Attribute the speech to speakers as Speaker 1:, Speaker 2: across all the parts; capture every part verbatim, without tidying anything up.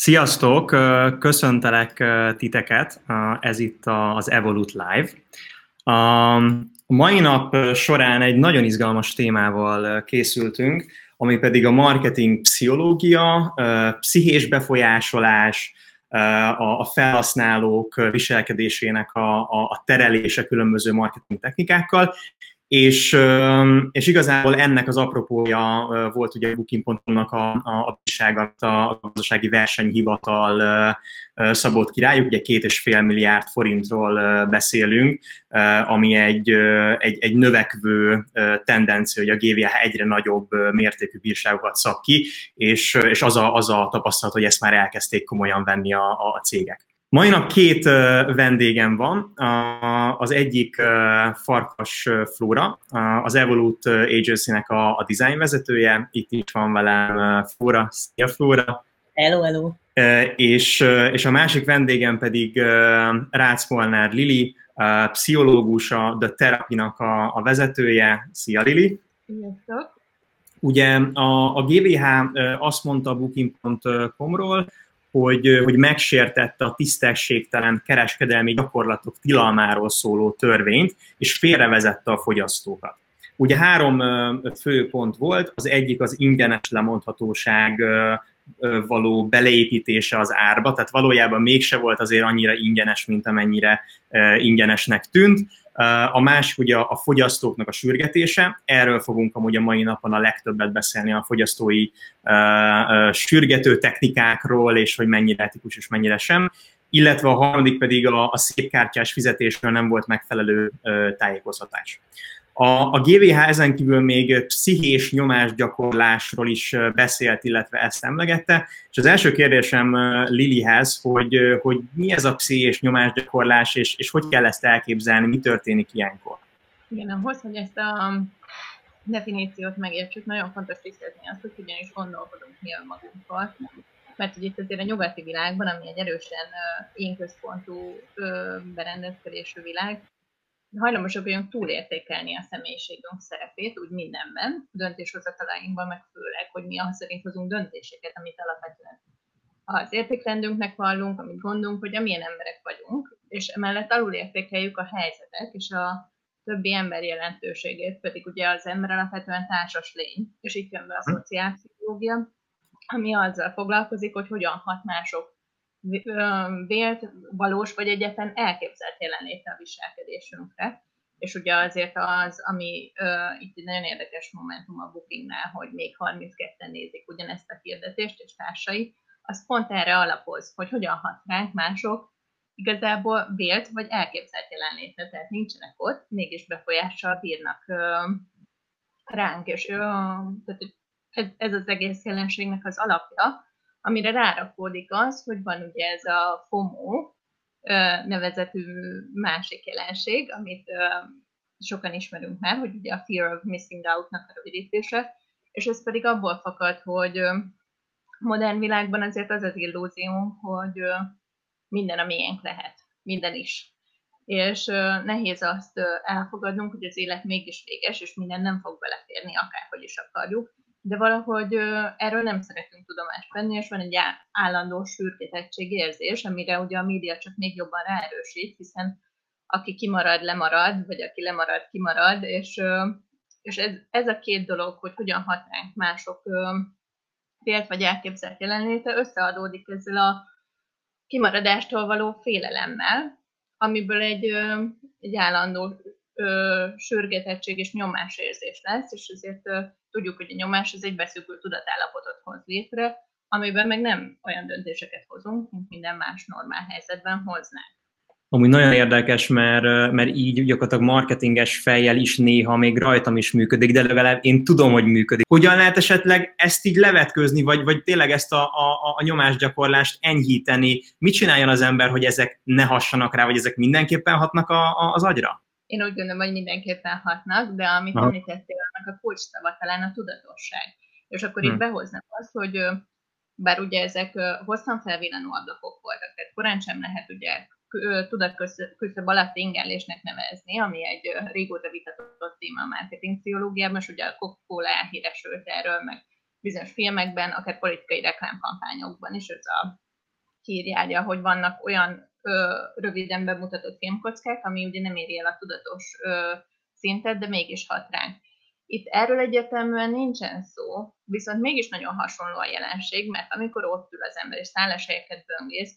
Speaker 1: Sziasztok! Köszöntelek titeket, ez itt az Evolut Live. A mai nap során egy nagyon izgalmas témával készültünk, ami pedig a marketing pszichológia, pszichés befolyásolás, a felhasználók viselkedésének a, a terelése különböző marketing technikákkal, és, és igazából ennek az apropója volt ugye a booking pont com-nak a, a bíróságot, a gazdasági versenyhivatal szabott ki rájuk, ugye két és fél milliárd forintról beszélünk, ami egy, egy, egy növekvő tendencia, hogy a gé vé há egyre nagyobb mértékű bírságokat szab ki, és, és az, a, az a tapasztalat, hogy ezt már elkezdték komolyan venni a, a cégek. Mai nap két vendégem van, az egyik Farkas Flóra, az Evolut Agency-nek a, a design vezetője, itt is van velem Flóra. Szia Flóra!
Speaker 2: Hello, hello!
Speaker 1: És, és a másik vendégem pedig Rácz Molnár Lili, pszichológus, a The Therapy-nak a, a vezetője. Szia Lili!
Speaker 3: Sziasztok!
Speaker 1: Ugye a, a gé vé há azt mondta a booking pont com-ról, hogy, hogy megsértette a tisztességtelen kereskedelmi gyakorlatok tilalmáról szóló törvényt, és félrevezette a fogyasztókat. Ugye három fő pont volt, az egyik az ingyenes lemondhatóság való beleépítése az árba, tehát valójában mégse volt azért annyira ingyenes, mint amennyire ingyenesnek tűnt. A másik ugye a fogyasztóknak a sürgetése, erről fogunk amúgy a mai napon a legtöbbet beszélni, a fogyasztói uh, uh, sürgető technikákról, és hogy mennyire etikus és mennyire sem, illetve a harmadik pedig a, a szépkártyás fizetésről nem volt megfelelő uh, tájékoztatás. A, a gé vé há ezen kívül még pszichés nyomásgyakorlásról is beszélt, illetve ezt emlegette, és az első kérdésem Lilihez, hogy, hogy mi ez a pszichés nyomásgyakorlás, és, és hogy kell ezt elképzelni, mi történik ilyenkor?
Speaker 3: Igen, ahhoz, hogy ezt a definíciót megértsük, nagyon fontos tisztázni azt, hogy hogyan is gondolkodunk mi önmagunkról. Mert hogy itt azért a nyugati világban, ami egy erősen én központú berendezkedésű világ, hajlamosak vagyunk túlértékelni a személyiségünk szerepét, úgy mindenben, döntéshozatalainkban, meg főleg, hogy mi az szerint hozunk döntéseket, amit alapvetően az értékrendünknek vallunk, amit gondolunk, hogy amilyen emberek vagyunk, és emellett alulértékeljük a helyzetet, és a többi ember jelentőségét, pedig ugye az ember alapvetően társas lény, és itt jön be a szociálpszichológia, ami azzal foglalkozik, hogy hogyan hat mások vélt, valós vagy egyetlen elképzelt jelenléte a viselkedésünkre. És ugye azért az, ami uh, itt egy nagyon érdekes momentum a Bookingnál, hogy még harmincketten nézik ugyanezt a hirdetést és társai, az pont erre alapoz, hogy hogyan hat ránk mások igazából vélt vagy elképzelt jelenléte, tehát nincsenek ott, mégis befolyással bírnak uh, ránk. És uh, tehát ez, ez az egész jelenségnek az alapja, amire rárakódik az, hogy van ugye ez a FOMO nevezetű másik jelenség, amit sokan ismerünk már, hogy ugye a Fear of Missing Out-nak a rövidítése, és ez pedig abból fakad, hogy modern világban azért az az illúzió, hogy minden a miénk lehet, minden is. És nehéz azt elfogadnunk, hogy az élet mégis véges, és minden nem fog beleférni, akárhogy is akarjuk, de valahogy erről nem szeretünk tudomást venni, és van egy állandó sürgetettség érzés, amire ugye a média csak még jobban ráerősít, hiszen aki kimarad, lemarad, vagy aki lemarad, kimarad, és, és ez, ez a két dolog, hogy hogyan hat ránk mások félt vagy elképzelt jelenléte, összeadódik ezzel a kimaradástól való félelemmel, amiből egy, egy állandó ö, sürgetettség és nyomásérzés lesz, és ezért ö, tudjuk, hogy a nyomás az egy beszűkült tudatállapotot hoz létre, amiben meg nem olyan döntéseket hozunk, mint minden más normál helyzetben hoznánk.
Speaker 1: Amúgy nagyon érdekes, mert, mert így gyakorlatilag marketinges fejjel is néha még rajtam is működik, de legalább én tudom, hogy működik. Hogyan lehet esetleg ezt így levetkőzni, vagy, vagy tényleg ezt a, a, a nyomásgyakorlást enyhíteni? Mit csináljon az ember, hogy ezek ne hassanak rá, vagy ezek mindenképpen hatnak a, a, az agyra?
Speaker 3: Én úgy gondolom, hogy mindenképpen hatnak, de amit Aha. említettél, annak a kulcsszava talán a tudatosság. És akkor hmm. itt behoznám azt, hogy bár ugye ezek hosszan felvillanó ablakok voltak, tehát korán sem lehet ugye tudatküszöb alatt ingellésnek nevezni, ami egy régóta vitatott téma a marketing pszichológiában, és ugye a Coca-Cola elhíresült erről, meg bizonyos filmekben, akár politikai reklámkampányokban is, ez a kiírjálja, hogy vannak olyan ö, röviden bemutatott filmkockák, ami ugye nem éri el a tudatos ö, szintet, de mégis hat ránk. Itt erről egyértelműen nincsen szó, viszont mégis nagyon hasonló a jelenség, mert amikor ott ül az ember és szálláshelyeket böngész,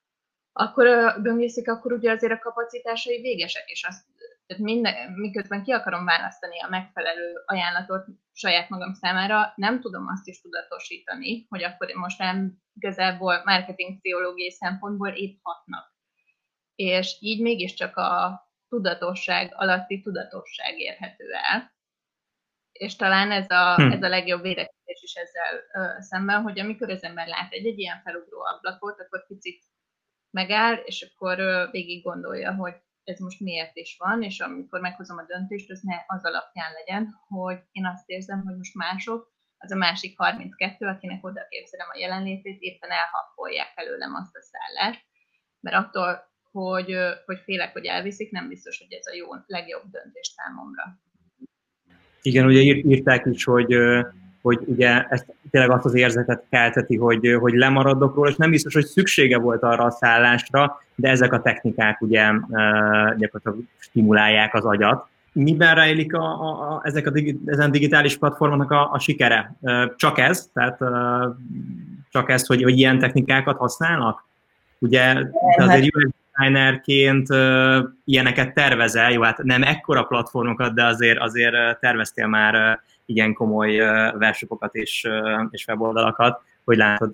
Speaker 3: akkor böngészik, akkor ugye azért a kapacitásai végesek, és azt, tehát minden, miközben ki akarom választani a megfelelő ajánlatot saját magam számára, nem tudom azt is tudatosítani, hogy akkor most nem igazából marketing pszichológiai szempontból épp hatnak. És így mégiscsak a tudatosság alatti tudatosság érhető el. És talán ez a, hm. ez a legjobb védekezés is ezzel ö, szemben, hogy amikor az ember lát egy, egy ilyen felugró ablakot, akkor picit megáll, és akkor ö, végig gondolja, hogy ez most miért is van, és amikor meghozom a döntést, az ne az alapján legyen, hogy én azt érzem, hogy most mások, az a másik harminckettő, akinek oda képzelem a jelenlétét, éppen elhappolják előlem azt a szállást, mert attól, hogy, hogy félek, hogy elviszik, nem biztos, hogy ez a jó, legjobb döntés számomra.
Speaker 1: Igen, ugye írták is, hogy, hogy ugye ezt tényleg azt az érzetet kelteti, hogy, hogy lemaradok róla, és nem biztos, hogy szüksége volt arra a szállásra, de ezek a technikák ugye gyakorlatilag stimulálják az agyat. Miben rejlik a, a, a, ezek a digi, ezen digitális platformoknak a, a sikere? Csak ez? Tehát csak ez, hogy, hogy ilyen technikákat használnak? Ugye te azért u ekс designerként uh, ilyeneket tervezel, jó, hát nem ekkora platformokat, de azért, azért terveztél már uh, igen komoly uh, webshopokat és, uh, és weboldalakat. Hogy látod?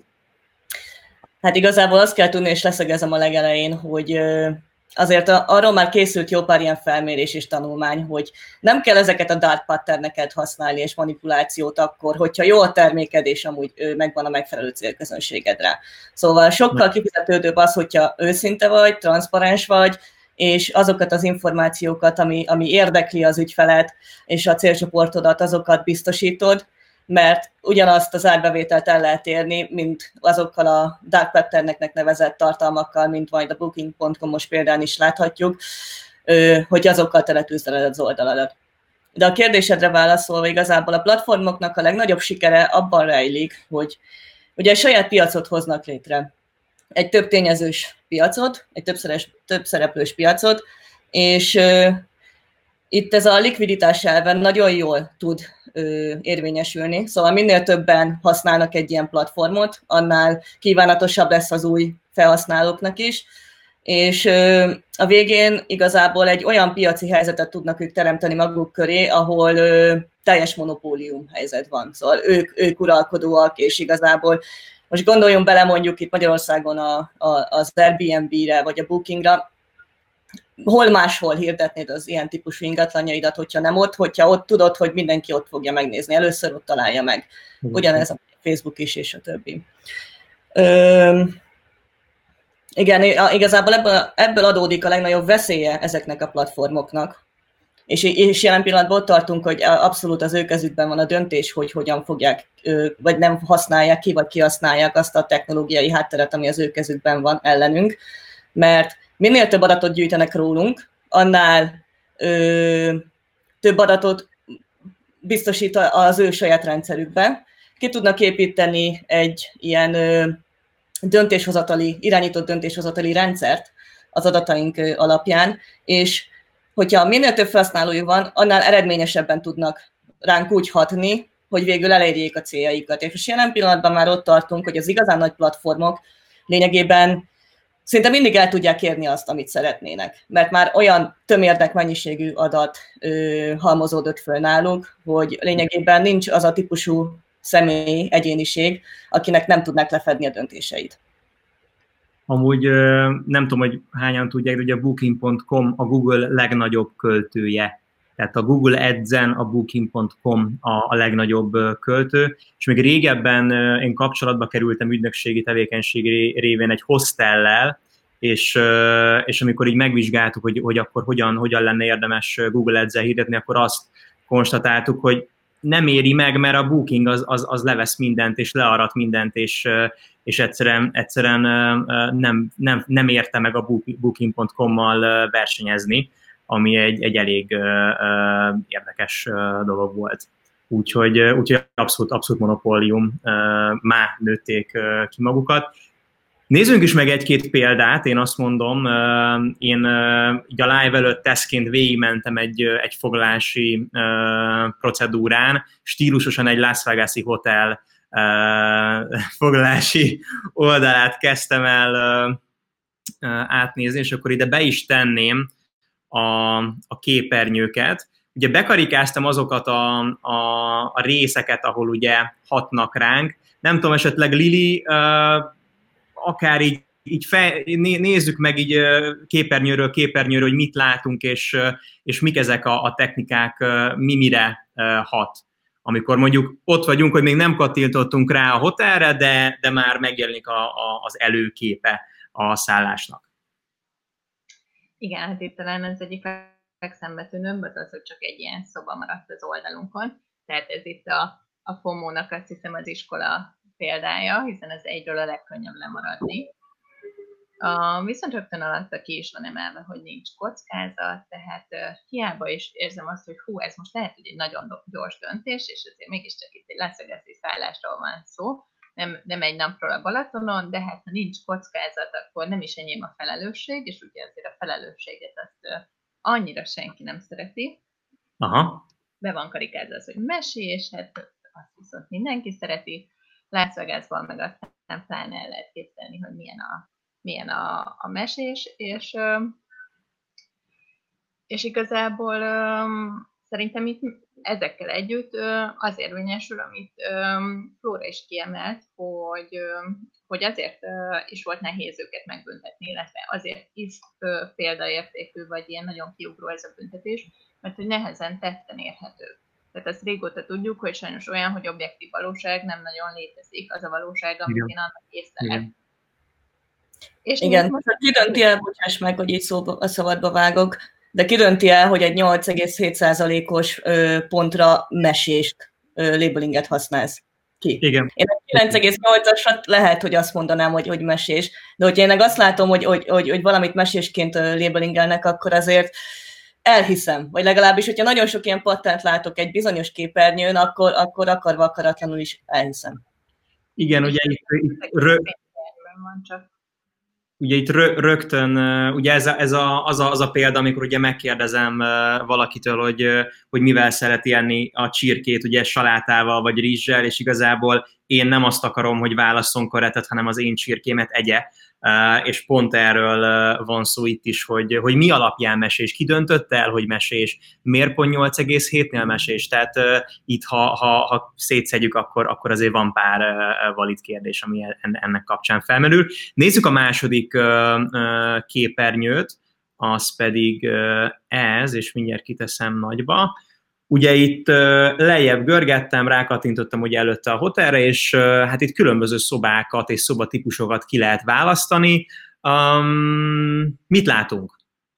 Speaker 2: Hát igazából azt kell tudni, és leszögezem a legelején, hogy uh, azért a, arról már készült jó pár ilyen felmérés és tanulmány, hogy nem kell ezeket a dark patterneket használni és manipulációt akkor, hogyha jó a terméked, és amúgy ő, megvan a megfelelő célközönségedre. Szóval sokkal kifizetődőbb az, hogyha őszinte vagy, transzparens vagy, és azokat az információkat, ami, ami érdekli az ügyfelet és a célcsoportodat, azokat biztosítod, mert ugyanazt az árbevételt el lehet érni, mint azokkal a dark patterneknek nevezett tartalmakkal, mint majd a booking pont com-os példán is láthatjuk, hogy azokkal teletűzdeled az oldaladat. De a kérdésedre válaszolva igazából a platformoknak a legnagyobb sikere abban rejlik, hogy ugye egy saját piacot hoznak létre. Egy több tényezős piacot, egy többszeres, több szereplős piacot, és itt ez a likviditás elven nagyon jól tud ö, érvényesülni, szóval minél többen használnak egy ilyen platformot, annál kívánatosabb lesz az új felhasználóknak is, és ö, a végén igazából egy olyan piaci helyzetet tudnak ők teremteni maguk köré, ahol ö, teljes monopólium helyzet van, szóval ők, ők uralkodóak, és igazából most gondoljunk bele mondjuk itt Magyarországon a, a, az Airbnb-re, vagy a Bookingra, hol máshol hirdetnéd az ilyen típusú ingatlanjaidat, hogyha nem ott, hogyha ott tudod, hogy mindenki ott fogja megnézni, először ott találja meg. Ugyanez a Facebook is, és a többi. Ö, igen, igazából ebből, ebből adódik a legnagyobb veszélye ezeknek a platformoknak. És, és jelen pillanatban ott tartunk, hogy abszolút az ő kezükben van a döntés, hogy hogyan fogják, vagy nem használják ki, vagy kihasználják azt a technológiai hátteret, ami az ő kezükben van ellenünk, mert minél több adatot gyűjtenek rólunk, annál ö, több adatot biztosít az ő saját rendszerükbe. Ki tudnak építeni egy ilyen ö, döntéshozatali, irányított döntéshozatali rendszert az adataink ö, alapján, és hogyha minél több felhasználójuk van, annál eredményesebben tudnak ránk úgy hatni, hogy végül elérjék a céljaikat. És jelen pillanatban már ott tartunk, hogy az igazán nagy platformok lényegében szinte mindig el tudják érni azt, amit szeretnének. Mert már olyan tömérdek mennyiségű adat ö, halmozódott föl náluk, hogy lényegében nincs az a típusú személy, egyéniség, akinek nem tudnak lefedni a döntéseit.
Speaker 1: Amúgy nem tudom, hogy hányan tudják, de ugye a booking pont com a Google legnagyobb költője. Tehát a Google Ads-en a booking pont com a, a legnagyobb költő, és még régebben én kapcsolatba kerültem ügynökségi tevékenység révén egy hostellel, és, és amikor így megvizsgáltuk, hogy, hogy akkor hogyan, hogyan lenne érdemes Google Ads-el hirdetni, akkor azt konstatáltuk, hogy nem éri meg, mert a Booking az, az, az levesz mindent, és learat mindent, és, és egyszerűen, egyszerűen nem, nem, nem érte meg a booking pont com-mal versenyezni, ami egy, egy elég érdekes dolog volt. Úgyhogy, úgyhogy abszolút, abszolút monopólium, már nőtték ki magukat. Nézzünk is meg egy-két példát, én azt mondom, én így a live előtt tesztként végigmentem egy, egy foglalási procedúrán, stílusosan egy Las Vegas-i hotel foglalási oldalát kezdtem el átnézni, és akkor ide be is tenném a, a képernyőket. Ugye bekarikáztam azokat a, a, a részeket, ahol ugye hatnak ránk. Nem tudom, esetleg Lili, akár így, így fe, nézzük meg így képernyőről képernyőről, hogy mit látunk, és, és mik ezek a, a technikák, mi mire hat. Amikor mondjuk ott vagyunk, hogy még nem kattintottunk rá a hotelre, de, de már megjelenik a, a, az előképe a szállásnak.
Speaker 3: Igen, hát itt talán az egyik legszembetűnőbb az az, hogy csak egy ilyen szoba maradt az oldalunkon. Tehát ez itt a, a FOMO-nak azt hiszem az iskola példája, hiszen ez egyről a legkönnyebb lemaradni. Uh, viszont rögtön alatta ki is van emelve, hogy nincs kockázat, tehát uh, hiába is érzem azt, hogy hú, ez most lehet, hogy egy nagyon gyors döntés, és azért mégiscsak itt egy leszögező szállásról van szó, nem, nem egy napról a Balatonon, de hát ha nincs kockázat, akkor nem is enyém a felelősség, és ugye azért a felelősséget azt uh, annyira senki nem szereti.
Speaker 1: Aha.
Speaker 3: Be van karikázva az, hogy mesés, hát azt viszont mindenki szereti. Las Vegasban meg aztán pláne el lehet képzelni, hogy milyen a, milyen a, a mesés, és, és igazából szerintem itt ezekkel együtt az érvényesül, amit Flóra is kiemelt, hogy, hogy azért is volt nehéz őket megbüntetni, illetve azért is példaértékű, vagy ilyen nagyon kiugró ez a büntetés, mert hogy nehezen tetten érhető. Tehát ezt régóta tudjuk, hogy sajnos olyan, hogy objektív valóság nem nagyon létezik, az a valóság, amit Igen. én annak észlelek.
Speaker 2: És igen, most ki dönti el, bocsáss meg, hogy így szóba, a szabadba vágok, de ki dönti el, hogy egy nyolc egész hét százalékos pontra mesést, labelinget használsz? Ki?
Speaker 1: Igen.
Speaker 2: Én a kilenc egész nyolcasat lehet, hogy azt mondanám, hogy, hogy mesés, de hogyha én meg azt látom, hogy, hogy, hogy, hogy valamit mesésként labelingelnek, akkor azért elhiszem, vagy legalábbis, hogyha nagyon sok ilyen pattent látok egy bizonyos képernyőn, akkor, akkor akarva akaratlanul is elhiszem.
Speaker 1: Igen, ugye itt, itt rö... ugye itt rö, rögtön, ugye ez, a, ez a, az, a, az a példa, amikor ugye megkérdezem valakitől, hogy, hogy mivel szereti enni a csirkét, ugye salátával vagy rizssel, és igazából én nem azt akarom, hogy válasszon koretet, hanem az én csirkémet egye. Uh, és pont erről uh, van szó itt is, hogy, hogy mi alapján mesés, ki döntött el, hogy mesés, miért pont nyolc egész hétnél mesés, tehát uh, itt ha, ha, ha szétszedjük, akkor, akkor azért van pár uh, valid kérdés, ami ennek kapcsán felmerül. Nézzük a második uh, uh, képernyőt, az pedig uh, ez, és mindjárt kiteszem nagyba. Ugye itt lejjebb görgettem, rákattintottam ugye előtte a hotelre, és hát itt különböző szobákat és szobatípusokat ki lehet választani. Um, mit látunk?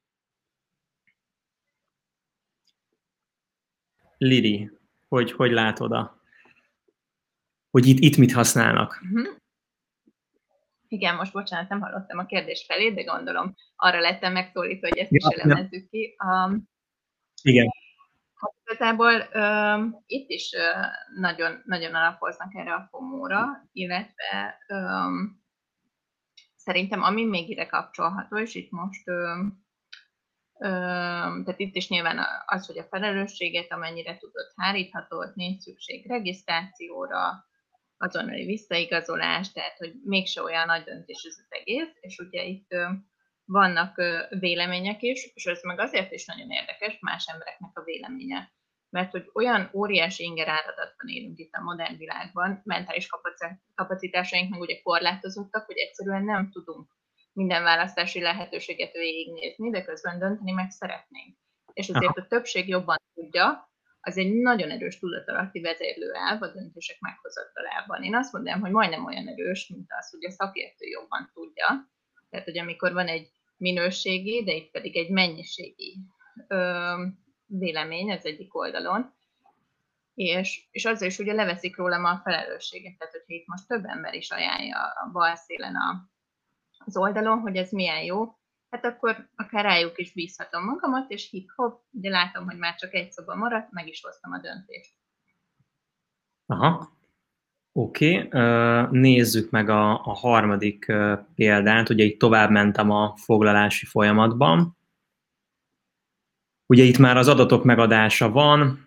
Speaker 1: Lili, hogy, hogy látod a... hogy itt, itt mit használnak?
Speaker 3: Uh-huh. Igen, most bocsánat, nem hallottam a kérdés felé, de gondolom arra lettem megszólítva, hogy ezt ja, is elemezzük ki. Um,
Speaker 1: Igen.
Speaker 3: Hát igazából um, itt is uh, nagyon, nagyon alapoznak erre a FOMO-ra, illetve um, szerintem ami még ide kapcsolható, és itt most, um, um, tehát itt is nyilván az, hogy a felelősséget amennyire tudod hárítható, ott nincs szükség regisztrációra, azonnali visszaigazolás, tehát hogy mégse olyan nagy döntés ez az egész, és ugye itt um, vannak vélemények is, és ez meg azért is nagyon érdekes, más embereknek a véleménye. Mert hogy olyan óriási ingeráradatban élünk itt a modern világban, mentális kapacitásaink meg ugye korlátozottak, hogy egyszerűen nem tudunk minden választási lehetőséget végignézni, de közben dönteni meg szeretnénk. És azért a többség jobban tudja, az egy nagyon erős tudatalatti vezérlő elv a döntések meghozatalában. Én azt mondom, hogy majdnem olyan erős, mint az, hogy a szakértő jobban tudja. Tehát, hogy amikor van egy minőségi, de itt pedig egy mennyiségi ö, vélemény az egyik oldalon, és, és azzal is ugye leveszik rólam a felelősséget, tehát hogyha itt most több ember is ajánlja a bal szélen a, az oldalon, hogy ez milyen jó, hát akkor akár rájuk is bízhatom magamat, és hip-hop, ugye látom, hogy már csak egy szoba maradt, meg is hoztam a döntést.
Speaker 1: Aha. Oké, okay. Nézzük meg a, a harmadik példát. Ugye itt tovább mentem a foglalási folyamatban. Ugye itt már az adatok megadása van.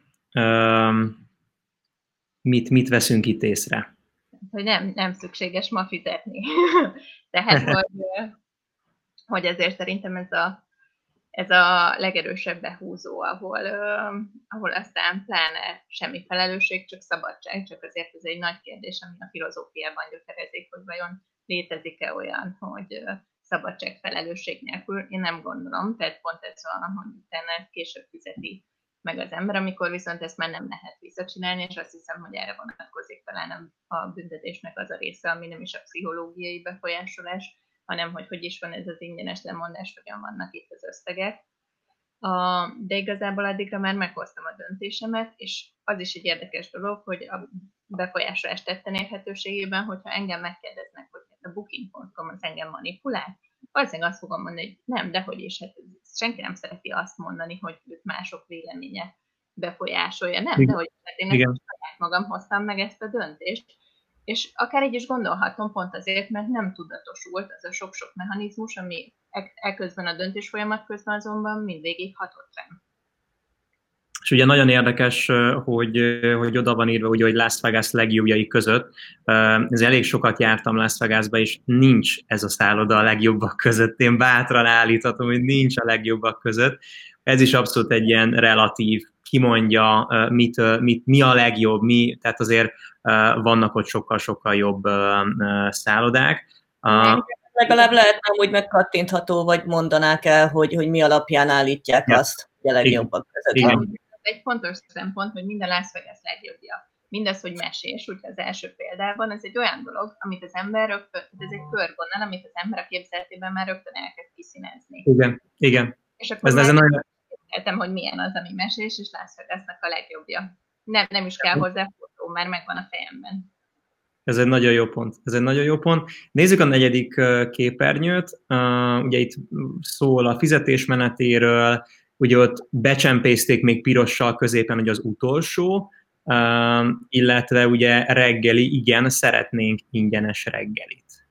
Speaker 1: Mit, mit veszünk itt észre?
Speaker 3: Hogy nem, nem szükséges ma fizetni. Tehát, hogy, hogy ezért szerintem ez a, ez a legerősebb behúzó, ahol, ahol aztán pláne semmi felelősség, csak szabadság, csak azért ez egy nagy kérdés, ami a filozófiában gyökerezik, hogy vajon létezik-e olyan, hogy szabadság felelősség nélkül. Én nem gondolom, tehát pont ez van, hogy utána később fizeti meg az ember, amikor viszont ezt már nem lehet visszacsinálni, és azt hiszem, hogy erre vonatkozik talán a büntetésnek az a része, ami nem is a pszichológiai befolyásolás, hanem hogy hogy is van ez az ingyenes lemondás, hogyan vannak itt az összegek. De igazából addigra már meghoztam a döntésemet, és az is egy érdekes dolog, hogy a befolyásolás tetten érhetőségében, hogyha engem megkérdeznek, hogy a booking pont com az engem manipulál, valószínűleg azt fogom mondani, hogy nem, dehogy is, hát senki nem szereti azt mondani, hogy őt mások véleménye befolyásolja. Nem,
Speaker 1: Igen.
Speaker 3: dehogy hát én nekem saját magam hoztam meg ezt a döntést, és akár így is gondolhatom pont azért, mert nem tudatosult az a sok-sok mechanizmus, ami eközben a döntés folyamat közben azonban mindvégig hatott rám.
Speaker 1: És ugye nagyon érdekes, hogy, hogy oda van írva, ugye, hogy Las Vegas legjobbjai között. Ez elég sokat jártam Las Vegasba, és nincs ez a szálloda a legjobbak között. Én bátran állíthatom, hogy nincs a legjobbak között. Ez is abszolút egy ilyen relatív, kimondja, mit, mit, mi a legjobb, mi, tehát azért vannak ott sokkal-sokkal jobb szállodák.
Speaker 2: Legalább lehetne úgy megkattintható, vagy mondanák el, hogy, hogy mi alapján állítják ja. azt, hogy a legjobbak között
Speaker 1: Igen.
Speaker 2: van.
Speaker 3: Egy fontos szempont, hogy minden Las Vegas legjobbja. Mindaz, hogy mesés, úgy az első példában, ez egy olyan dolog, amit az ember rögtön, ez egy körvonal, amit az ember a képzeletében már rögtön elkezd kiszínezni.
Speaker 1: Igen, igen.
Speaker 3: És akkor
Speaker 1: ez
Speaker 3: már
Speaker 1: nagyon...
Speaker 3: értem, hogy milyen az, ami mesés, és Las Vegasnak a legjobbja. Nem, nem is kell hozzá fotó, már megvan a fejemben.
Speaker 1: Ez egy nagyon jó pont. Ez egy nagyon jó pont. Nézzük a negyedik képernyőt. Ugye itt szól a fizetésmenetéről, ugye ott becsempészték még pirossal középen, hogy az utolsó, illetve ugye reggeli, igen, szeretnénk ingyenes reggelit.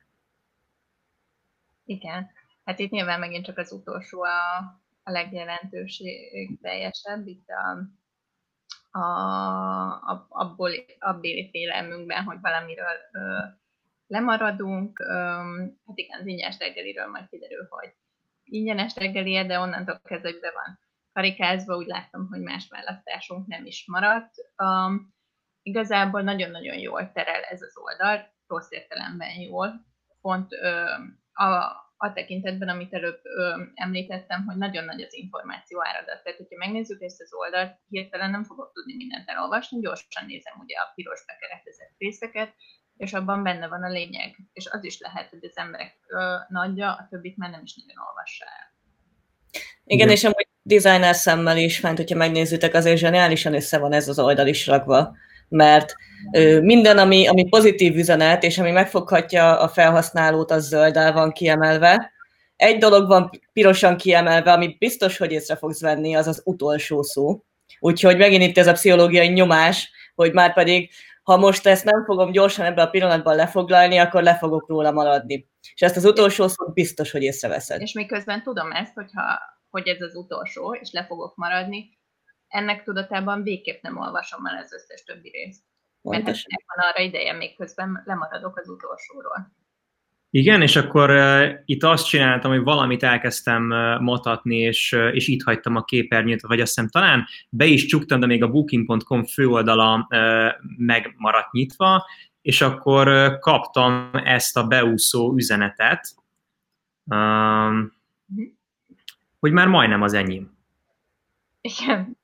Speaker 3: Igen. Hát itt nyilván megint csak az utolsó a, a legjelentőség teljesebb. Itt a A, a, abból, abbéli félelmünkben, hogy valamiről ö, lemaradunk. Ö, hát igen, az ingyenes reggeliről majd kiderül, hogy ingyenes reggeli, de onnantól kezdve, hogy be van karikázva, úgy láttam, hogy más választásunk nem is maradt. Ö, igazából nagyon-nagyon jól terel ez az oldal, rossz értelemben jól. Pont ö, a a tekintetben, amit előbb ö, említettem, hogy nagyon nagy az információ áradat. Tehát, hogyha megnézzük ezt az oldalt, hirtelen nem fogok tudni mindent elolvasni, gyorsan nézem ugye a piros bekeretezett részeket, és abban benne van a lényeg. És az is lehet, hogy az emberek ö, nagyja, a többit már nem is nagyon olvassa el.
Speaker 2: Igen, és amúgy designer szemmel is, fent, hogyha megnézzük, azért zseniálisan össze van ez az oldal is rakva, mert ö, minden, ami, ami pozitív üzenet, és ami megfoghatja a felhasználót, az zölddel van kiemelve. Egy dolog van pirosan kiemelve, amit biztos, hogy észre fogsz venni, az az utolsó szó. Úgyhogy megint itt ez a pszichológiai nyomás, hogy már pedig, ha most ezt nem fogom gyorsan ebben a pillanatban lefoglalni, akkor le fogok róla maradni. És ezt az utolsó szót biztos, hogy észreveszed.
Speaker 3: És miközben tudom ezt, hogyha, hogy ez az utolsó, és le fogok maradni, ennek tudatában végképp nem olvasom el az összes többi részt. Mert hát van arra ideje, még közben lemaradok az utolsóról.
Speaker 1: Igen, és akkor uh, itt azt csináltam, hogy valamit elkezdtem uh, mutatni, és, uh, és itt hagytam a képernyőt, vagy azt hiszem talán be is csuktam, de még a booking pont com főoldala uh, megmaradt nyitva, és akkor uh, kaptam ezt a beúszó üzenetet, uh, uh-huh. hogy már majdnem az enyém.
Speaker 3: Igen.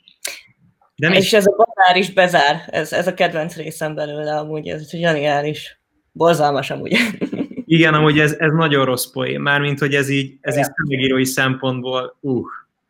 Speaker 2: De és még... ez a bazár is bezár, ez, ez a kedvenc részem belőle amúgy, ez zseniális, borzalmas amúgy.
Speaker 1: Igen, amúgy ez, ez nagyon rossz poén, mármint, hogy ez így, ez így szövegírói szempontból, uh.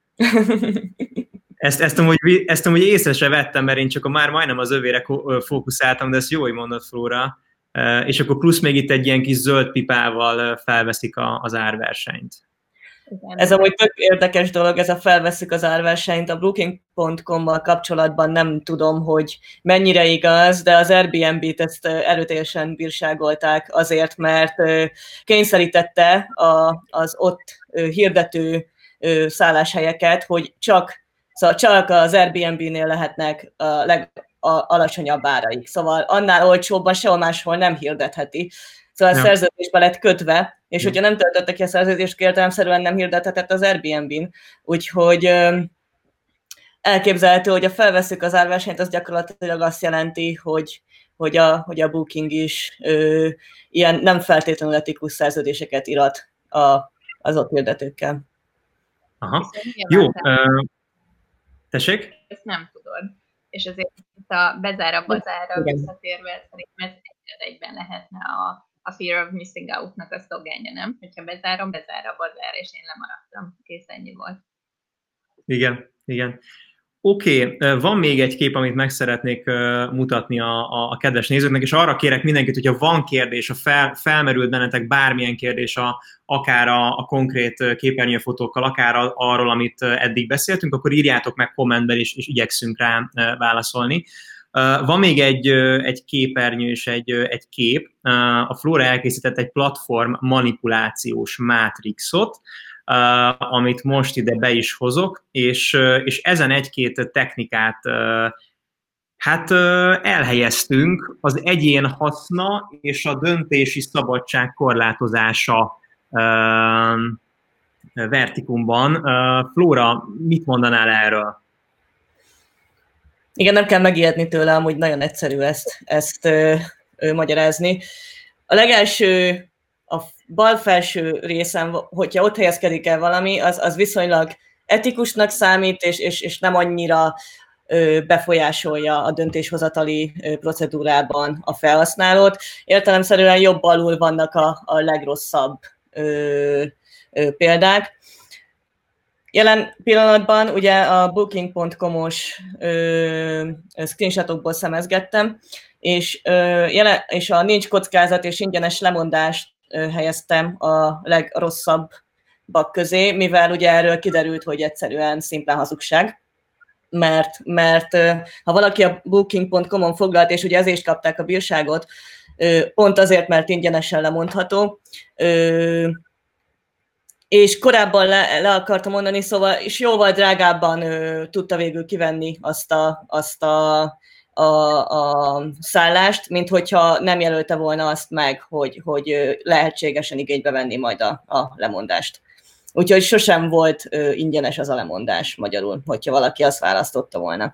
Speaker 1: Ezt, ezt, amúgy, ezt amúgy észre se vettem, mert én csak a már majdnem az övére fókuszáltam, de ezt jó, hogy mondod, Flóra. És akkor plusz még itt egy ilyen kis zöld pipával felveszik a, az árversenyt.
Speaker 2: Ez amúgy tök érdekes dolog, ez a felveszük az árversenyt. A booking pont com-mal kapcsolatban nem tudom, hogy mennyire igaz, de az Airbnb-t ezt erőteljesen bírságolták azért, mert kényszerítette a, az ott hirdető szálláshelyeket, hogy csak, szóval csak az Airbnb-nél lehetnek a legalacsonyabb áraik. Szóval annál olcsóbban sehol máshol nem hirdetheti. Szóval a szerződésbe lett kötve, és hogyha nem töltötte ki a szerződést, értelemszerűen nem hirdethetett az Airbnb-n. Úgyhogy elképzelhető, hogy a felveszük az árversenyt, az gyakorlatilag azt jelenti, hogy, hogy, a, hogy a Booking is ö, ilyen nem feltétlenül etikus szerződéseket irat a, az ott hirdetőkkel.
Speaker 1: Aha. Jó. Uh, tessék?
Speaker 3: Ezt nem tudod. És azért itt a bezár a bazárra visszatérve szerintem ez egyben lehetne a a Fear of Missing Out-nak a szlogánja, nem? Hogyha bezárom, bezár a bazár, és én lemaradtam. Kész, ennyi volt.
Speaker 1: Igen, igen. Oké, okay. Van még egy kép, amit meg szeretnék mutatni a, a, a kedves nézőknek, és arra kérek mindenkit, hogyha van kérdés, a fel, felmerült bennetek bármilyen kérdés, a, akár a, a konkrét képernyőfotókkal, akár a, arról, amit eddig beszéltünk, akkor írjátok meg kommentben, és, és igyekszünk rá válaszolni. Van még egy, egy képernyő és egy, egy kép. A Flóra elkészített egy platform manipulációs mátrixot, amit most ide be is hozok, és, és ezen egy-két technikát hát elhelyeztünk az egyén haszna és a döntési szabadság korlátozása vertikumban. Flóra, mit mondanál erről?
Speaker 2: Igen, nem kell megijedni tőle, amúgy nagyon egyszerű ezt, ezt ö, ö, magyarázni. A legelső, a bal felső részen, hogyha ott helyezkedik el valami, az, az viszonylag etikusnak számít, és, és, és nem annyira ö, befolyásolja a döntéshozatali ö, procedúrában a felhasználót. Értelemszerűen jobb alul vannak a, a legrosszabb ö, ö, példák. Jelen pillanatban ugye a booking pont com-os ö, screenshotokból szemezgettem, és, ö, jelen, és a nincs kockázat és ingyenes lemondást ö, helyeztem a legrosszabbak közé, mivel ugye erről kiderült, hogy egyszerűen szimplán hazugság, mert, mert ö, ha valaki a booking pont com-on foglalt, és ugye ezért is kapták a bírságot, ö, pont azért, mert ingyenesen lemondható, ö, és korábban le, le akartam mondani, szóval és jóval drágábban ö, tudta végül kivenni azt a, azt a, a, a szállást, mint hogyha nem jelölte volna azt meg, hogy, hogy lehetségesen igénybe venni majd a, a lemondást. Úgyhogy sosem volt ö, ingyenes az a lemondás magyarul, hogyha valaki azt választotta volna.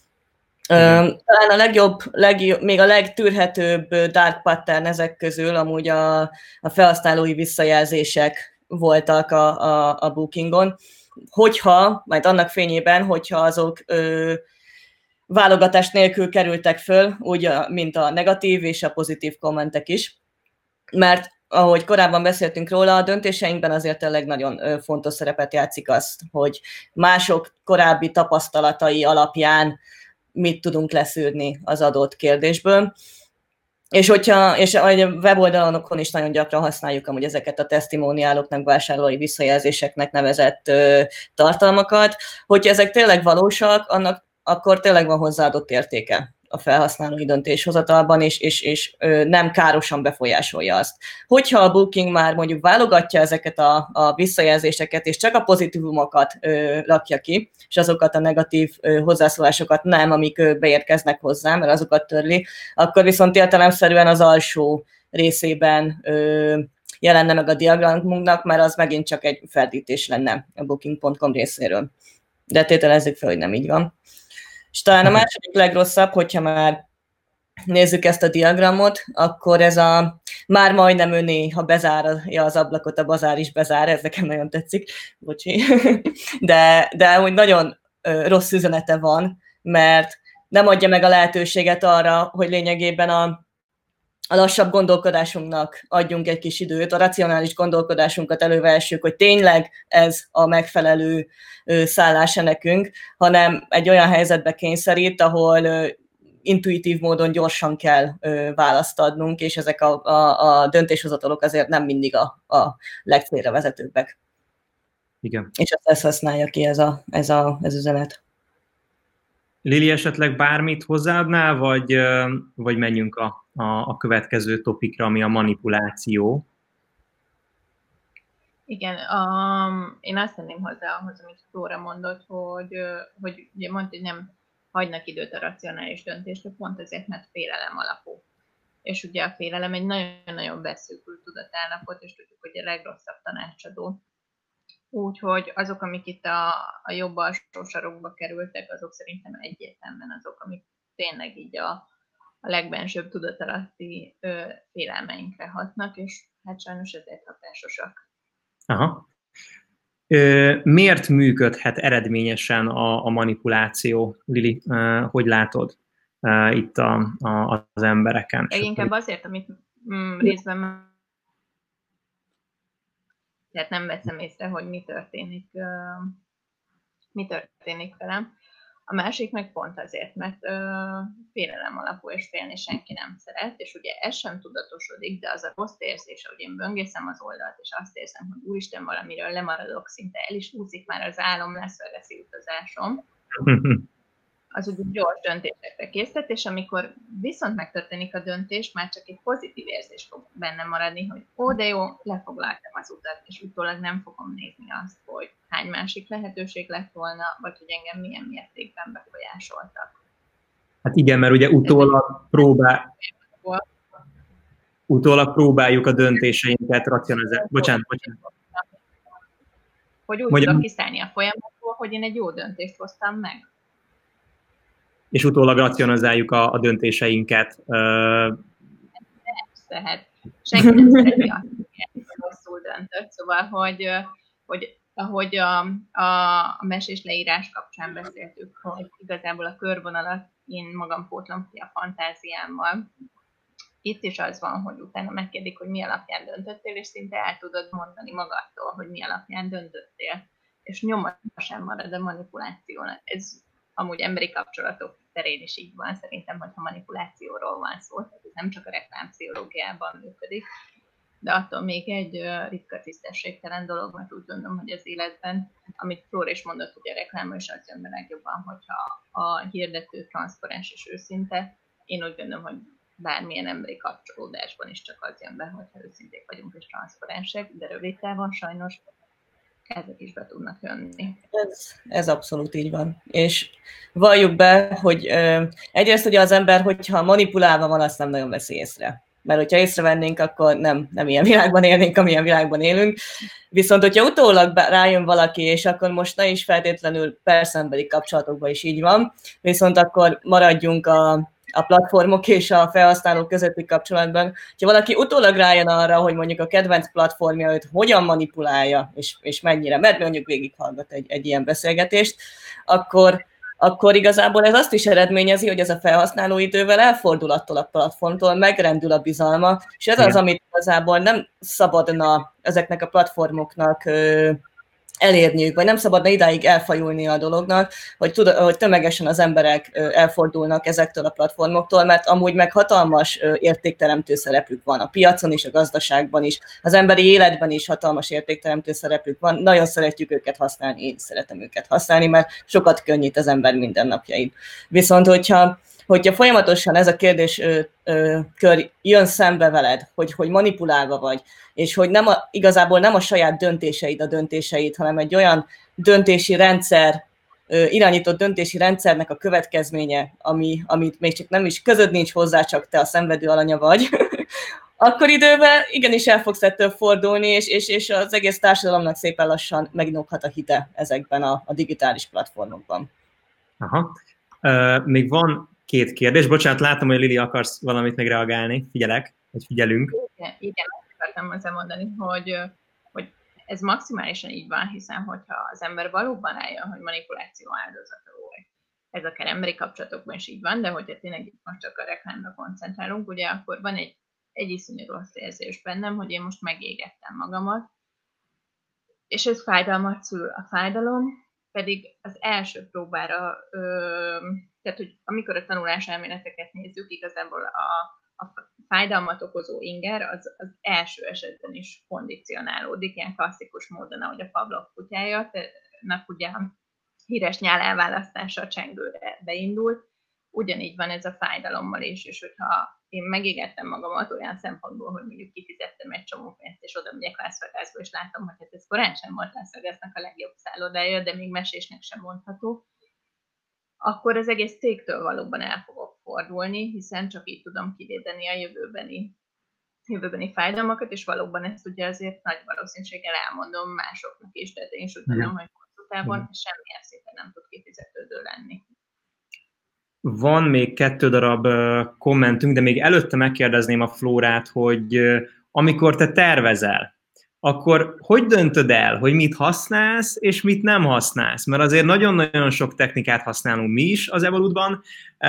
Speaker 2: Ö, talán a legjobb, legjobb, még a legtűrhetőbb dark pattern ezek közül amúgy a, a felhasználói visszajelzések voltak a, a, a Bookingon, hogyha, majd annak fényében, hogyha azok ö, válogatás nélkül kerültek föl, úgy, a, mint a negatív és a pozitív kommentek is, mert ahogy korábban beszéltünk róla, a döntéseinkben azért tényleg nagyon fontos szerepet játszik azt, hogy mások korábbi tapasztalatai alapján mit tudunk leszűrni az adott kérdésből. És hogyha, és a weboldalonokon is nagyon gyakran használjuk amúgy ezeket a testimoniáloknak, vásárlói visszajelzéseknek nevezett ö, tartalmakat, hogyha ezek tényleg valósak, annak akkor tényleg van hozzáadott értéke a felhasználói döntéshozatalban, és, és, és ö, nem károsan befolyásolja azt. Hogyha a Booking már mondjuk válogatja ezeket a, a visszajelzéseket, és csak a pozitívumokat ö, rakja ki, és azokat a negatív ö, hozzászólásokat nem, amik ö, beérkeznek hozzá, mert azokat törli, akkor viszont értelemszerűen az alsó részében ö, jelenne meg a diagramunknak, mert az megint csak egy ferdítés lenne a booking pont com részéről. De tételezzük fel, hogy nem így van. És talán a második legrosszabb, hogyha már nézzük ezt a diagramot, akkor ez a már majdnem öné, ha bezárja az ablakot, a bazár is bezár, ez nekem nagyon tetszik, bocsi. De, de úgy nagyon rossz üzenete van, mert nem adja meg a lehetőséget arra, hogy lényegében a, a lassabb gondolkodásunknak adjunk egy kis időt, a racionális gondolkodásunkat elővessük, hogy tényleg ez a megfelelő szállása nekünk, hanem egy olyan helyzetbe kényszerít, ahol intuitív módon gyorsan kell választ adnunk, és ezek a, a, a döntéshozatalok azért nem mindig a, a legcélra vezetőbbek.
Speaker 1: Igen.
Speaker 2: És azt ezt használja ki ez, a, ez, a, ez üzenet.
Speaker 1: Lili, esetleg bármit hozzáadnál, vagy, vagy menjünk a, a, a következő topikra, ami a manipuláció?
Speaker 3: Igen, um, én azt tenném hozzá ahhoz, amit Flóra mondott, hogy, hogy ugye mondta, hogy nem hagynak időt a racionális döntésre, pont ezért, mert félelem alapú. És ugye a félelem egy nagyon-nagyon beszűkült tudatállapot, és tudjuk, hogy a legrosszabb tanácsadó. Úgyhogy azok, amik itt a, a jobb alsó sarokba kerültek, azok szerintem egyértelműen azok, amik tényleg így a, a legbensőbb tudatalatti ö, félelmeinkre hatnak, és hát sajnos ezért hatásosak.
Speaker 1: Aha. Miért működhet eredményesen a, a manipuláció, Lili? Hogy látod itt a, a, az embereken?
Speaker 3: Inkább azért, amit mm, részben tehát nem veszem észre, hogy mi történik, uh, mi történik velem. A másik meg pont azért, mert uh, félelem alapú, és félni senki nem szeret, és ugye ez sem tudatosodik, de az a rossz érzés, hogy én böngészem az oldalt, és azt érzem, hogy úristen, valamiről lemaradok, szinte el is úszik már az álom, lesz veszi utazásom. Az ugye gyors döntésekre készített, és amikor viszont megtörténik a döntés, már csak egy pozitív érzés fog bennem maradni, hogy ó, de jó, lefoglaltam az utat, és utólag nem fogom nézni azt, hogy hány másik lehetőség lett volna, vagy hogy engem milyen mértékben befolyásoltak.
Speaker 1: Hát igen, mert ugye utólag, próbál... utólag próbáljuk a döntéseinket racionalizálni. Bocsánat, bocsánat.
Speaker 3: Hogy úgy tudok kiszállni a folyamatból, hogy én egy jó döntést hoztam meg.
Speaker 1: És utólag racionalizáljuk a, a döntéseinket.
Speaker 3: Persze, hát senki nem szereti azt, hogy rosszul döntött. Szóval, hogy, hogy ahogy a, a, a mesés leírás kapcsán beszéltük, hogy igazából a körvonalat én magam pótlom ki a fantáziámmal. Itt is az van, hogy utána megkérdik, hogy mi alapján döntöttél, és szinte el tudod mondani magadtól, hogy mi alapján döntöttél. És nyoma sem marad a manipulációnak. Ez amúgy emberi kapcsolatok terén is így van, szerintem, hogyha manipulációról van szó, tehát ez nem csak a reklámpszichológiában működik, de attól még egy ritka tisztességtelen dolog, mert úgy gondolom, hogy az életben, amit Flóra is mondott, hogy a reklámban is az jön be legjobban, hogyha a hirdető transzparens és őszinte. Én úgy gondolom, hogy bármilyen emberi kapcsolódásban is csak az jön be, hogyha őszinték vagyunk és transzparensek, de rövid távon sajnos ezek is be tudnak jönni.
Speaker 2: Ez, ez abszolút így van. És valljuk be, hogy ö, egyrészt ugye az ember, hogyha manipulálva van, azt nem nagyon veszi észre. Mert hogyha észrevennénk, akkor nem, nem ilyen világban élnénk, amilyen világban élünk. Viszont, hogyha utólag rájön valaki, és akkor most ne is feltétlenül persze emberi kapcsolatokban is így van, viszont akkor maradjunk a a platformok és a felhasználók közötti kapcsolatban. Ha valaki utólag rájön arra, hogy mondjuk a kedvenc platformja őt hogyan manipulálja, és, és mennyire, mert mondjuk végighallgat egy, egy ilyen beszélgetést, akkor, akkor igazából ez azt is eredményezi, hogy ez a felhasználó idővel elfordul attól a platformtól, megrendül a bizalma, és ez az, amit igazából nem szabadna ezeknek a platformoknak elérniük, vagy nem szabadna idáig elfajulni a dolognak, hogy, tud, hogy tömegesen az emberek elfordulnak ezektől a platformoktól, mert amúgy meg hatalmas értékteremtő szerepük van a piacon is, a gazdaságban is, az emberi életben is hatalmas értékteremtő szerepük van. Nagyon szeretjük őket használni, én szeretem őket használni, mert sokat könnyít az ember mindennapjain. Viszont, hogyha hogyha folyamatosan ez a kérdés ö, ö, kör jön szembe veled, hogy, hogy manipulálva vagy, és hogy nem a, igazából nem a saját döntéseid a döntéseid, hanem egy olyan döntési rendszer, ö, irányított döntési rendszernek a következménye, ami, amit még csak nem is közöd nincs hozzá, csak te a szenvedő alanya vagy, akkor idővel igenis el fogsz ettől fordulni, és, és, és az egész társadalomnak szépen lassan megnokhat a hite ezekben a, a digitális platformokban.
Speaker 1: Aha. Uh, még van két kérdés. Bocsánat, látom, hogy Lili akarsz valamit még reagálni. Figyelek, vagy figyelünk.
Speaker 3: Igen, igen, azt akartam ezzel mondani, hogy, hogy ez maximálisan így van, hiszen hogyha az ember valóban rájön, hogy manipuláció áldozata volt, ez akár emberi kapcsolatokban is így van, de hogyha tényleg most csak a reklámra koncentrálunk, ugye akkor van egy, egy iszonyú rossz érzés bennem, hogy én most megégettem magamat, és ez fájdalmat szül. A fájdalom pedig az első próbára, ö, tehát hogy amikor a tanulás elméleteket nézzük, igazából a, a fájdalmat okozó inger az, az első esetben is kondicionálódik, ilyen klasszikus módon, ahogy a Pavlov kutyájának ugye híres nyál elválasztása a csengőre beindult. Ugyanígy van ez a fájdalommal is, és hogyha én megégettem magamat olyan szempontból, hogy mondjuk kifizettem egy csomó pénzt, és oda megyek Las Vegasba, és látom, hogy hát ez korán sem volt Las Vegasnak a legjobb szállodája, de még mesésnek sem mondható, akkor az egész cégtől valóban el fogok fordulni, hiszen csak így tudom kivédeni a jövőbeni, jövőbeni fájdalmakat, és valóban ezt ugye azért nagy valószínűséggel elmondom másoknak is, tehát én is úgy tudom, hogy hosszú távon semmilyen szinten nem tud kifizetődő lenni.
Speaker 1: Van még kettő darab kommentünk, de még előtte megkérdezném a Flórát, hogy amikor te tervezel, akkor hogy döntöd el, hogy mit használsz, és mit nem használsz? Mert azért nagyon-nagyon sok technikát használunk mi is az Evolutban,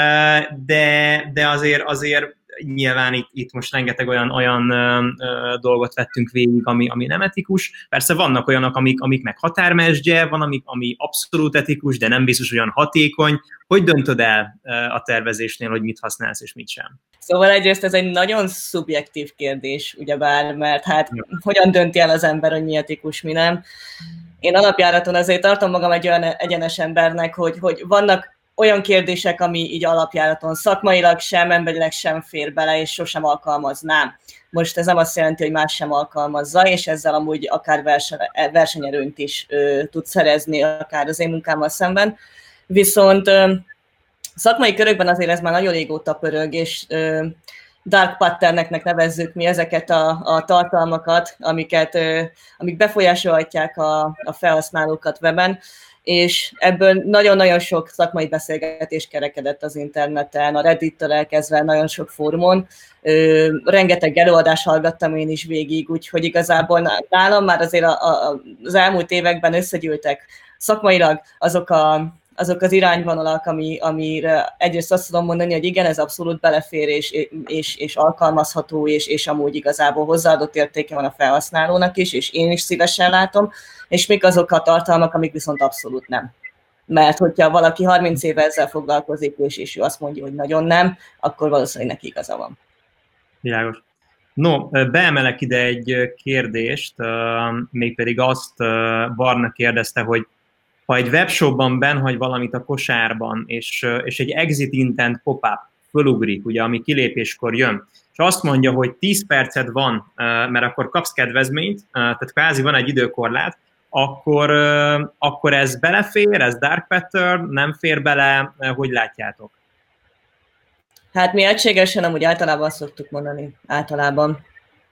Speaker 1: de, de azért, azért nyilván itt, itt most rengeteg olyan, olyan ö, dolgot vettünk végig, ami, ami nem etikus. Persze vannak olyanok, amik, amik meg határmesdje, van, amik, ami abszolút etikus, de nem biztos olyan hatékony. Hogy döntöd el a tervezésnél, hogy mit használsz és mit sem?
Speaker 2: Szóval egyrészt ez egy nagyon szubjektív kérdés, ugyebár, mert hát ja. hogyan dönti el az ember, hogy mi etikus, mi nem. Én alapjáraton azért tartom magam egy olyan egyenes embernek, hogy, hogy vannak olyan kérdések, ami így alapjáraton szakmailag sem, emberileg sem fér bele, és sosem alkalmaznám. Most ez nem azt jelenti, hogy más sem alkalmazza, és ezzel amúgy akár versenyerőnyt is ö, tud szerezni, akár az én munkámmal szemben. Viszont ö, szakmai körökben azért ez már nagyon régóta pörög, és ö, dark patterneknek nevezzük mi ezeket a, a tartalmakat, amiket, ö, amik befolyásolhatják a, a felhasználókat weben, és ebből nagyon-nagyon sok szakmai beszélgetés kerekedett az interneten, a Reddit-től elkezdve nagyon sok fórumon. Ö, rengeteg előadást hallgattam én is végig, úgyhogy igazából nálam már azért a, a, az elmúlt években összegyűltek szakmailag azok, a, azok az irányvonalak, ami, amire egyrészt azt tudom mondani, hogy igen, ez abszolút belefér és, és, és alkalmazható, és, és amúgy igazából hozzáadott értéke van a felhasználónak is, és én is szívesen látom, és mik azok a tartalmak, amik viszont abszolút nem. Mert hogyha valaki harminc éve ezzel foglalkozik, és, és ő azt mondja, hogy nagyon nem, akkor valószínűleg neki igaza van.
Speaker 1: Világos. No, beemelek ide egy kérdést, mégpedig azt Barna kérdezte, hogy ha egy webshopban benhagy valamit a kosárban, és, és egy exit intent pop-up fölugrik, ugye, ami kilépéskor jön, és azt mondja, hogy tíz perced van, mert akkor kapsz kedvezményt, tehát kvázi van egy időkorlát, akkor, akkor ez belefér, ez dark pattern, nem fér bele, hogy látjátok?
Speaker 2: Hát mi egységesen amúgy általában azt szoktuk mondani, általában,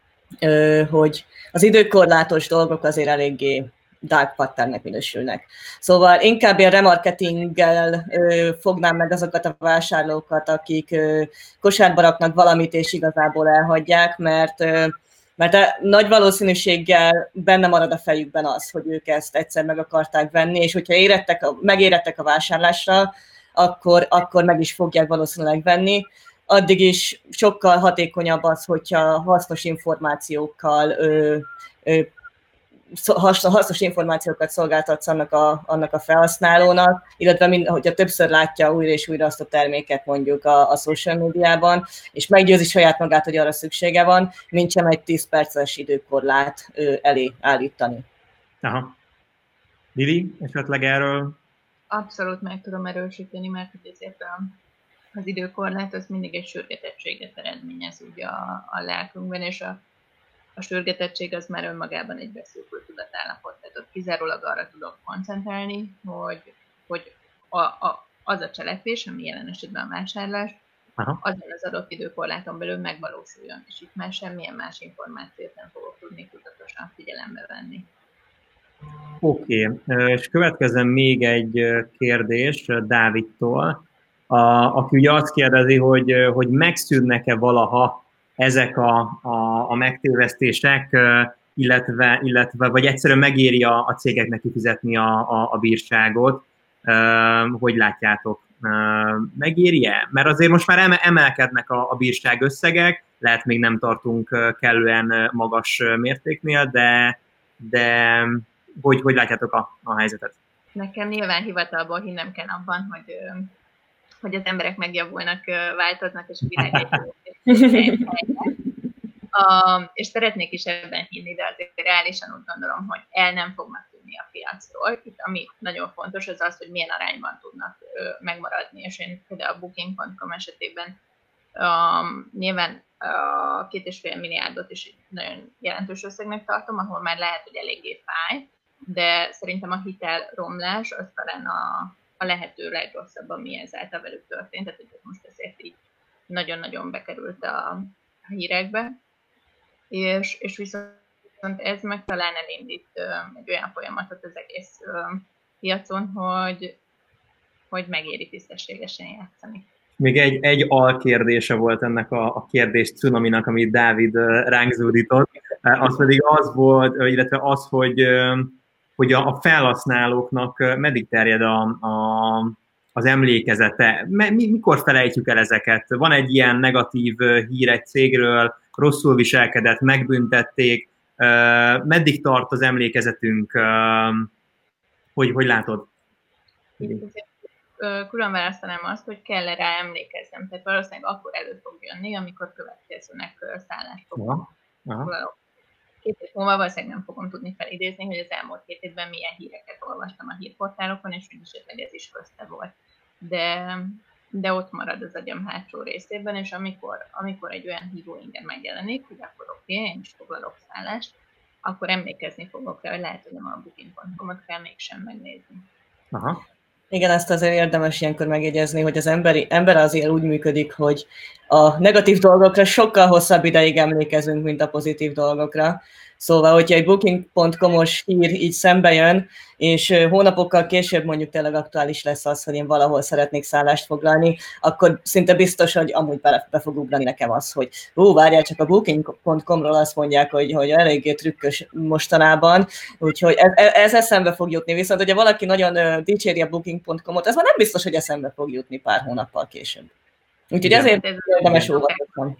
Speaker 2: hogy az időkorlátos dolgok azért eléggé dark patternnek minősülnek. Szóval inkább én remarketinggel ö, fognám meg azokat a vásárlókat, akik ö, kosárba raknak valamit, és igazából elhagyják, mert, ö, mert a nagy valószínűséggel benne marad a fejükben az, hogy ők ezt egyszer meg akarták venni, és hogyha érettek a, megérettek a vásárlásra, akkor, akkor meg is fogják valószínűleg venni. Addig is sokkal hatékonyabb az, hogyha hasznos információkkal ö, ö, hasznos információkat szolgáltatsz annak a, annak a felhasználónak, illetve mind, hogyha többször látja újra és újra azt a terméket mondjuk a, a social médiában, és meggyőzi saját magát, hogy arra szüksége van, mint sem egy tíz perces időkorlát ő, elé állítani.
Speaker 1: Aha. Lili, esetleg erről?
Speaker 3: Abszolút meg tudom erősíteni, mert ezért a, az időkorlát az mindig egy sürgetettséget eredményez ugye a, a lelkünkben, és a A sürgetettség az már önmagában egy beszűkült tudatállapot, tehát ott kizárólag arra tudok koncentrálni, hogy, hogy a, a, az a cselekvés, ami jelen esetben a vásárlás, Aha. azon az adott időkorláton belül megvalósuljon, és itt már semmilyen más információt nem fogok tudni tudatosan figyelembe venni.
Speaker 1: Oké, okay. És következzen még egy kérdés Dávidtól, a, aki ugye azt kérdezi, hogy, hogy megszűnnek-e valaha ezek a, a, a megtévesztések, illetve, illetve vagy egyszerűen megéri a, a cégeknek kifizetni a, a, a bírságot. Hogy látjátok? Megéri-e? Mert azért most már emelkednek a, a bírság összegek, lehet még nem tartunk kellően magas mértéknél, de, de hogy, hogy látjátok a, a helyzetet?
Speaker 3: Nekem nyilván hivatalból hinnem kell abban, hogy, hogy az emberek megjavulnak, változnak, és a világ egy Uh, és szeretnék is ebben hinni, de azért reálisan úgy gondolom, hogy el nem fognak tűnni a piacról. Itt ami nagyon fontos, az az, hogy milyen arányban tudnak uh, megmaradni, és én például a booking pont com esetében um, nyilván a két és fél milliárdot is nagyon jelentős összegnek tartom, ahol már lehet, hogy eléggé fáj, de szerintem a hitelromlás az talán a, a lehető legrosszabb, ami ezáltal velük történt, tehát hogy most azért így nagyon-nagyon bekerült a, a hírekbe. És, és viszont ez meg talán elindít uh, egy olyan folyamatot az egész uh, piacon, hogy, hogy megéri tisztességesen játszani.
Speaker 1: Még egy, egy alkérdése volt ennek a, a kérdés cunaminak, amit Dávid uh, ránk zúdított. Uh, az pedig az volt, illetve az, hogy, uh, hogy a, a felhasználóknak uh, meddig terjed a, a, az emlékezete. Mi, mikor felejtjük el ezeket? Van egy ilyen negatív uh, hír egy cégről, rosszul viselkedett, megbüntették, uh, meddig tart az emlékezetünk, uh, hogy, hogy látod?
Speaker 3: Külön választanám azt, hogy kell rá emlékeznem, tehát valószínűleg akkor elő fog jönni, amikor következőnek szállást fogok. Két év múlva valószínűleg nem fogom tudni felidézni, hogy az elmúlt két évben milyen híreket olvastam a hírportálokon, és hogy esetleg ez is közte volt. De, de ott marad az agyam hátsó részében, és amikor, amikor egy olyan hívó inger megjelenik, hogy akkor oké, okay, én is foglalok szállást, akkor emlékezni fogok rá, hogy lehet, hogy nem a booking pont com-ot kell mégsem megnézni.
Speaker 1: Aha.
Speaker 2: Igen, ezt azért érdemes ilyenkor megjegyezni, hogy az emberi, ember azért úgy működik, hogy a negatív dolgokra sokkal hosszabb ideig emlékezünk, mint a pozitív dolgokra. Szóval, hogyha egy booking pont com-os hír így szembe jön, és hónapokkal később mondjuk tényleg aktuális lesz az, hogy én valahol szeretnék szállást foglalni, akkor szinte biztos, hogy amúgy be, be fog ugrani nekem az, hogy hú, várjál, csak a booking pont com-ról azt mondják, hogy, hogy eléggé trükkös mostanában, úgyhogy ez, ez eszembe fog jutni. Viszont, hogyha valaki nagyon dicséri a booking pont com-ot, ez már nem biztos, hogy eszembe fog jutni pár hónappal később. Úgyhogy ezért érdemes óvatosan.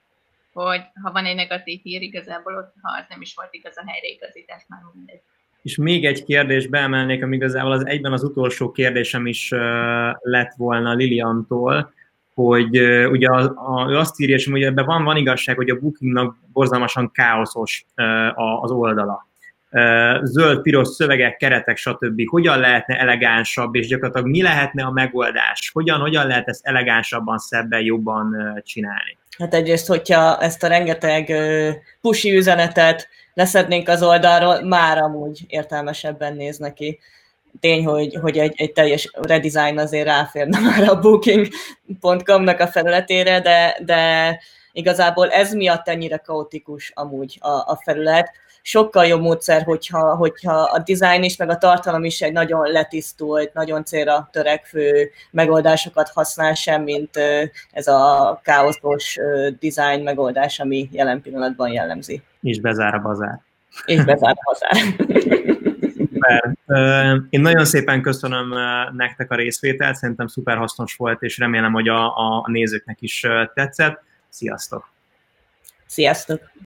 Speaker 3: Hogy ha van egy negatív hír, igazából ott, ha az nem is volt igaz a helyreigazítás, már mindegy.
Speaker 1: És még egy kérdést beemelnék, ami igazából az egyben az utolsó kérdésem is uh, lett volna Liliantól, hogy uh, ugye a, a, ő azt írja, hogy ebben van, van igazság, hogy a bookingnak borzalmasan káoszos uh, az oldala. Uh, zöld, piros szövegek, keretek, stb. Hogyan lehetne elegánsabb, és gyakorlatilag mi lehetne a megoldás? Hogyan, hogyan lehet ezt elegánsabban, szebben, jobban uh, csinálni?
Speaker 2: Hát egyrészt, hogyha ezt a rengeteg pushy üzenetet leszednénk az oldalról, már amúgy értelmesebben néz neki. Tény, hogy, hogy egy, egy teljes redesign azért ráférne már a booking pont com-nak a felületére, de, de igazából ez miatt ennyire kaotikus amúgy a, a felület. Sokkal jobb módszer, hogyha, hogyha a design is, meg a tartalom is egy nagyon letisztult, nagyon célra törekvő megoldásokat használ sem, mint ez a káoszos design megoldás, ami jelen pillanatban jellemzi.
Speaker 1: És bezár a bazár.
Speaker 2: És bezár a bazár.
Speaker 1: Szuper. Én nagyon szépen köszönöm nektek a részvételt, szerintem szuper hasznos volt, és remélem, hogy a, a nézőknek is tetszett. Sziasztok!
Speaker 2: Sziasztok!